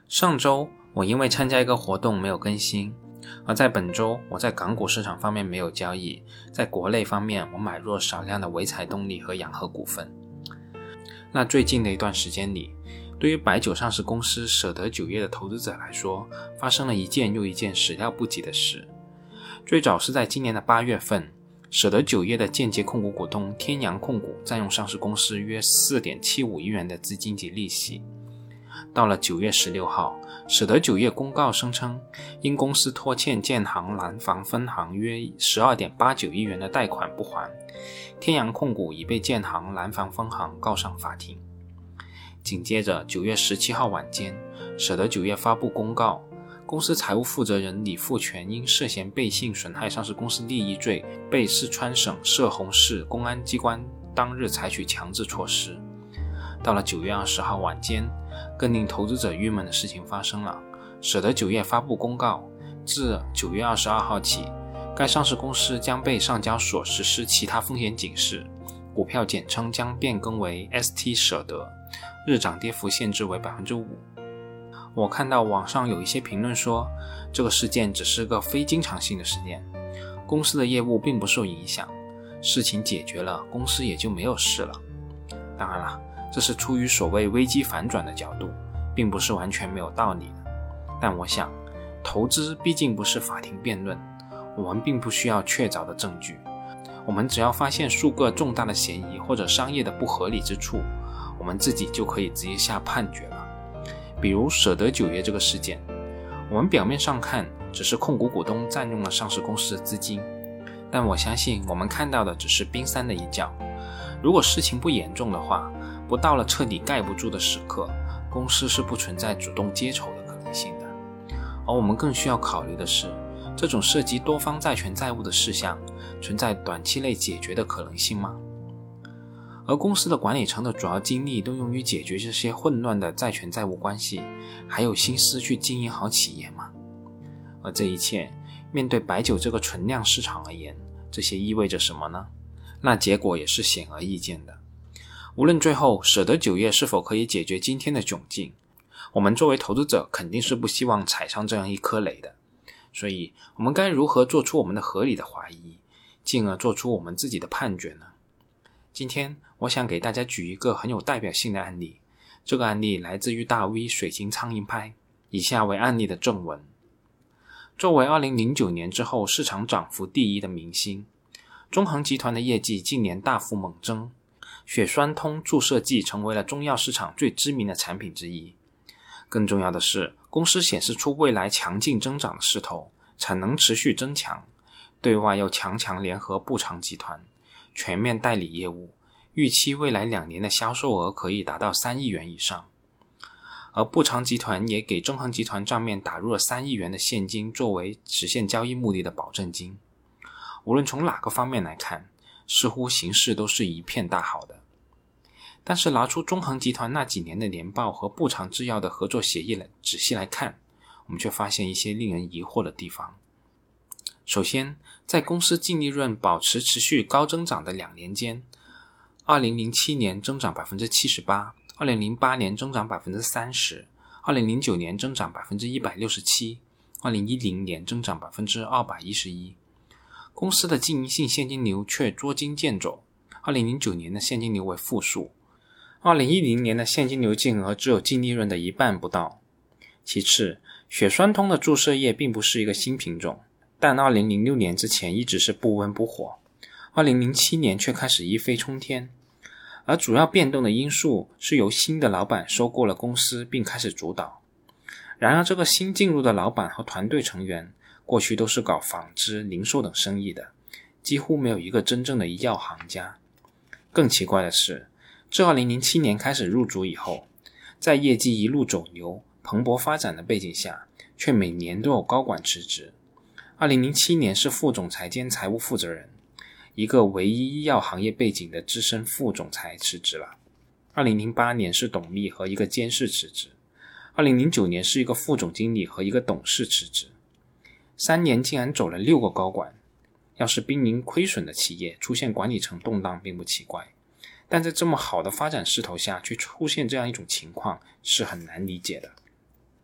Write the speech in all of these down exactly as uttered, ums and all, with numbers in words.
上周我因为参加一个活动没有更新，而在本周我在港股市场方面没有交易，在国内方面我买入了少量的潍柴动力和养和股份。那最近的一段时间里，对于白酒上市公司舍得酒业的投资者来说，发生了一件又一件始料不及的事。最早是在今年的八月份，舍得酒业的间接控股股东天阳控股占用上市公司约 四点七五亿元的资金及利息。到了九月十六号，舍得酒业公告声称，因公司拖欠建行南方分行约 十二点八九亿元的贷款不还，天阳控股已被建行南方分行告上法庭。紧接着九月十七号晚间，舍得酒业发布公告，公司财务负责人李富全因涉嫌背信损害上市公司利益罪，被四川省歙洪市公安机关当日采取强制措施。到了九月二十号晚间，更令投资者郁闷的事情发生了。舍得酒业发布公告，自九月二十二号起，该上市公司将被上交所实施其他风险警示，股票简称将变更为 S T 舍得，日涨跌幅限制为 百分之五。 我看到网上有一些评论说，这个事件只是个非经常性的事件，公司的业务并不受影响，事情解决了，公司也就没有事了。当然了，这是出于所谓危机反转的角度，并不是完全没有道理的。但我想，投资毕竟不是法庭辩论，我们并不需要确凿的证据，我们只要发现数个重大的嫌疑或者商业的不合理之处，我们自己就可以直接下判决了。比如舍得酒业这个事件，我们表面上看只是控股股东占用了上市公司的资金，但我相信我们看到的只是冰山的一角。如果事情不严重的话，不到了彻底盖不住的时刻，公司是不存在主动接筹的可能性的。而我们更需要考虑的是，这种涉及多方债权债务的事项，存在短期内解决的可能性吗？而公司的管理层的主要精力都用于解决这些混乱的债权债务关系，还有心思去经营好企业吗？而这一切，面对白酒这个存量市场而言，这些意味着什么呢？那结果也是显而易见的。无论最后舍得酒业是否可以解决今天的窘境，我们作为投资者肯定是不希望踩上这样一颗雷的。所以我们该如何做出我们的合理的怀疑，进而做出我们自己的判决呢？今天我想给大家举一个很有代表性的案例，这个案例来自于大 V 水晶苍蝇拍，以下为案例的正文。作为二零零九年之后市场涨幅第一的明星，中恒集团的业绩近年大幅猛增，血栓通注射剂成为了中药市场最知名的产品之一。更重要的是，公司显示出未来强劲增长的势头，产能持续增强，对外又强强联合步长集团，全面代理业务，预期未来两年的销售额可以达到三亿元以上。而步长集团也给中恒集团账面打入了三亿元的现金，作为实现交易目的的保证金。无论从哪个方面来看，似乎形势都是一片大好的。但是拿出中恒集团那几年的年报和步长制药的合作协议来仔细来看，我们却发现一些令人疑惑的地方。首先，在公司净利润保持持续高增长的两年间，二零零七年增长 百分之七十八， 二零零八年增长 百分之三十， 二零零九年增长 百分之一百六十七， 二零一零年增长 百分之二百一十一。公司的经营性现金流却捉襟见肘，二零零九年的现金流为负数，二零一零年的现金流净额只有净利润的一半不到。其次，血栓通的注射液并不是一个新品种，但二零零六年之前一直是不温不火，二零零七年却开始一飞冲天。而主要变动的因素是由新的老板收购了公司并开始主导。然而这个新进入的老板和团队成员过去都是搞纺织、零售等生意的，几乎没有一个真正的医药行家。更奇怪的是，自二零零七年开始入主以后，在业绩一路走牛、蓬勃发展的背景下，却每年都有高管辞职。二零零七年是副总裁兼财务负责人，一个唯一医药行业背景的资深副总裁辞职了。二零零八年是董秘和一个监事辞职。二零零九年是一个副总经理和一个董事辞职。三年竟然走了六个高管，要是濒临亏损的企业出现管理层动荡并不奇怪，但在这么好的发展势头下却出现这样一种情况是很难理解的。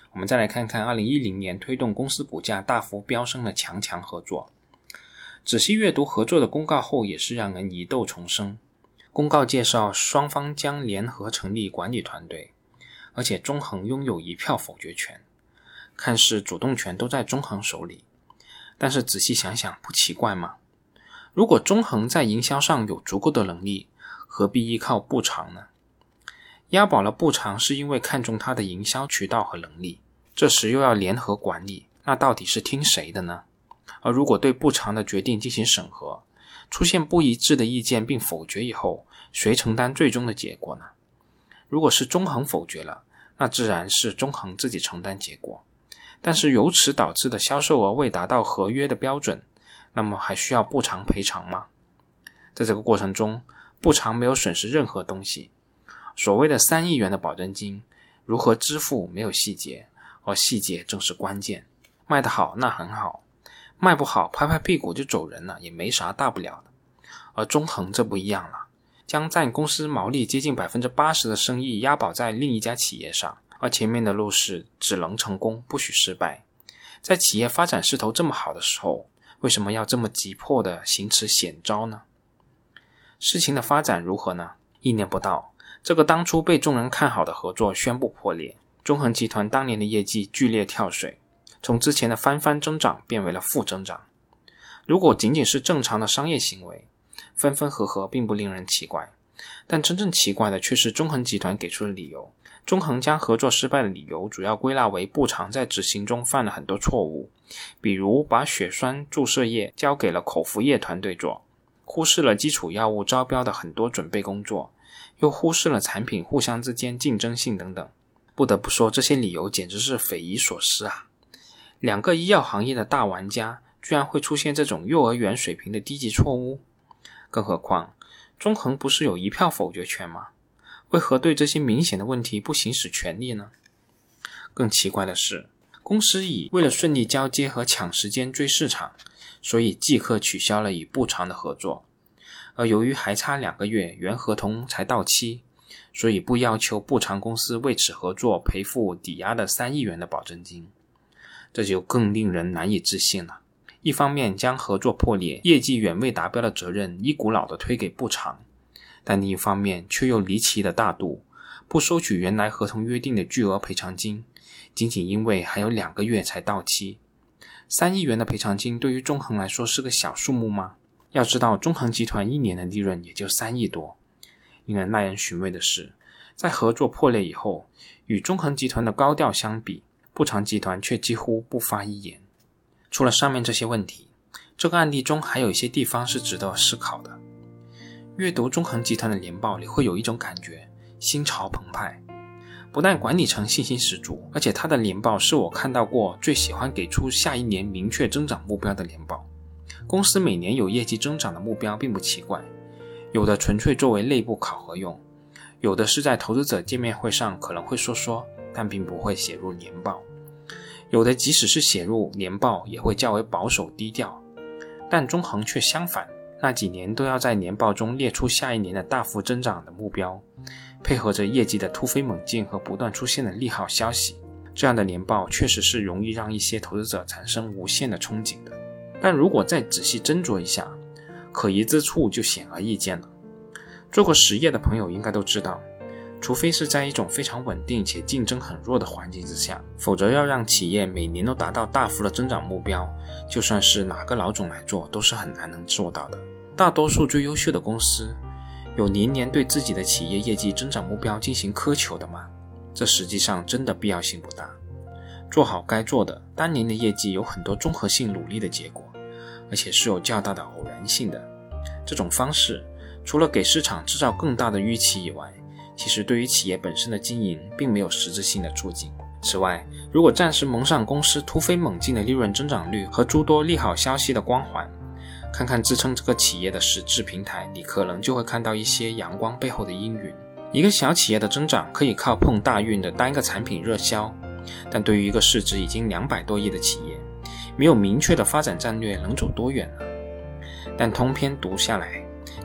我们再来看看二零一零年推动公司股价大幅飙升的强强合作。仔细阅读合作的公告后，也是让人疑窦丛生。公告介绍双方将联合成立管理团队，而且中恒拥有一票否决权，看似主动权都在中恒手里。但是仔细想想，不奇怪吗？如果中恒在营销上有足够的能力，何必依靠步长呢？押宝了步长是因为看中他的营销渠道和能力，这时又要联合管理，那到底是听谁的呢？而如果对步长的决定进行审核，出现不一致的意见并否决以后，谁承担最终的结果呢？如果是中恒否决了，那自然是中恒自己承担结果。但是由此导致的销售额未达到合约的标准，那么还需要步长赔偿吗？在这个过程中，步长没有损失任何东西。所谓的三亿元的保证金，如何支付没有细节，而细节正是关键。卖得好那很好，卖不好拍拍屁股就走人了，也没啥大不了的。而中恒这不一样了，将占公司毛利接近 百分之八十 的生意押宝在另一家企业上，而前面的路是只能成功不许失败。在企业发展势头这么好的时候，为什么要这么急迫地行此险招呢？事情的发展如何呢？一年不到，这个当初被众人看好的合作宣布破裂，中恒集团当年的业绩剧烈跳水，从之前的翻番增长变为了负增长。如果仅仅是正常的商业行为，分分合合并不令人奇怪，但真正奇怪的却是中恒集团给出的理由。中恒将合作失败的理由主要归纳为步长在执行中犯了很多错误，比如把血栓注射液交给了口服液团队做，忽视了基础药物招标的很多准备工作，又忽视了产品互相之间竞争性等等。不得不说，这些理由简直是匪夷所思啊！两个医药行业的大玩家居然会出现这种幼儿园水平的低级错误。更何况中恒不是有一票否决权吗？为何对这些明显的问题不行使权力呢？更奇怪的是，公司以为了顺利交接和抢时间追市场，所以即刻取消了与步长的合作。而由于还差两个月原合同才到期，所以不要求步长公司为此合作赔付抵押的三亿元的保证金。这就更令人难以置信了。一方面将合作破裂、业绩远未达标的责任一股脑地推给步长，但另一方面却又离奇的大度，不收取原来合同约定的巨额赔偿金，仅仅因为还有两个月才到期。三亿元的赔偿金对于中恒来说是个小数目吗？要知道中恒集团一年的利润也就三亿多。令人耐人寻味的是，在合作破裂以后，与中恒集团的高调相比，步长集团却几乎不发一言。除了上面这些问题，这个案例中还有一些地方是值得思考的。阅读中恒集团的年报里会有一种感觉，心潮澎湃。不但管理层信心十足，而且他的年报是我看到过最喜欢给出下一年明确增长目标的年报。公司每年有业绩增长的目标并不奇怪，有的纯粹作为内部考核用，有的是在投资者见面会上可能会说说，但并不会写入年报，有的即使是写入年报也会较为保守低调。但中恒却相反，那几年都要在年报中列出下一年的大幅增长的目标，配合着业绩的突飞猛进和不断出现的利好消息，这样的年报确实是容易让一些投资者产生无限的憧憬的。但如果再仔细斟酌一下，可疑之处就显而易见了。做过实业的朋友应该都知道，除非是在一种非常稳定且竞争很弱的环境之下，否则要让企业每年都达到大幅的增长目标，就算是哪个老总来做都是很难能做到的。大多数最优秀的公司有年年对自己的企业业绩增长目标进行苛求的吗？这实际上真的必要性不大。做好该做的，当年的业绩有很多综合性努力的结果，而且是有较大的偶然性的。这种方式除了给市场制造更大的预期以外，其实对于企业本身的经营并没有实质性的促进。此外，如果暂时蒙上公司突飞猛进的利润增长率和诸多利好消息的光环，看看支撑这个企业的实质平台，你可能就会看到一些阳光背后的阴云。一个小企业的增长可以靠碰大运的单个产品热销，但对于一个市值已经两百多亿的企业，没有明确的发展战略能走多远呢？但通篇读下来，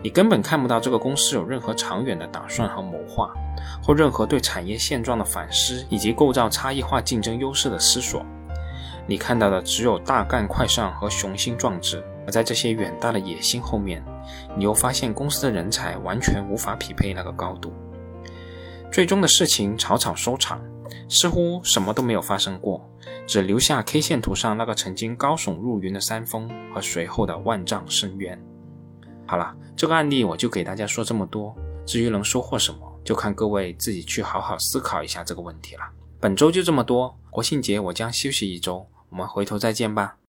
你根本看不到这个公司有任何长远的打算和谋划，或任何对产业现状的反思，以及构造差异化竞争优势的思索。你看到的只有大干快上和雄心壮志，而在这些远大的野心后面，你又发现公司的人才完全无法匹配那个高度。最终的事情草草收场，似乎什么都没有发生过，只留下 K 线图上那个曾经高耸入云的山峰和随后的万丈深渊。好了，这个案例我就给大家说这么多，至于能收获什么，就看各位自己去好好思考一下这个问题了。本周就这么多，国庆节我将休息一周，我们回头再见吧。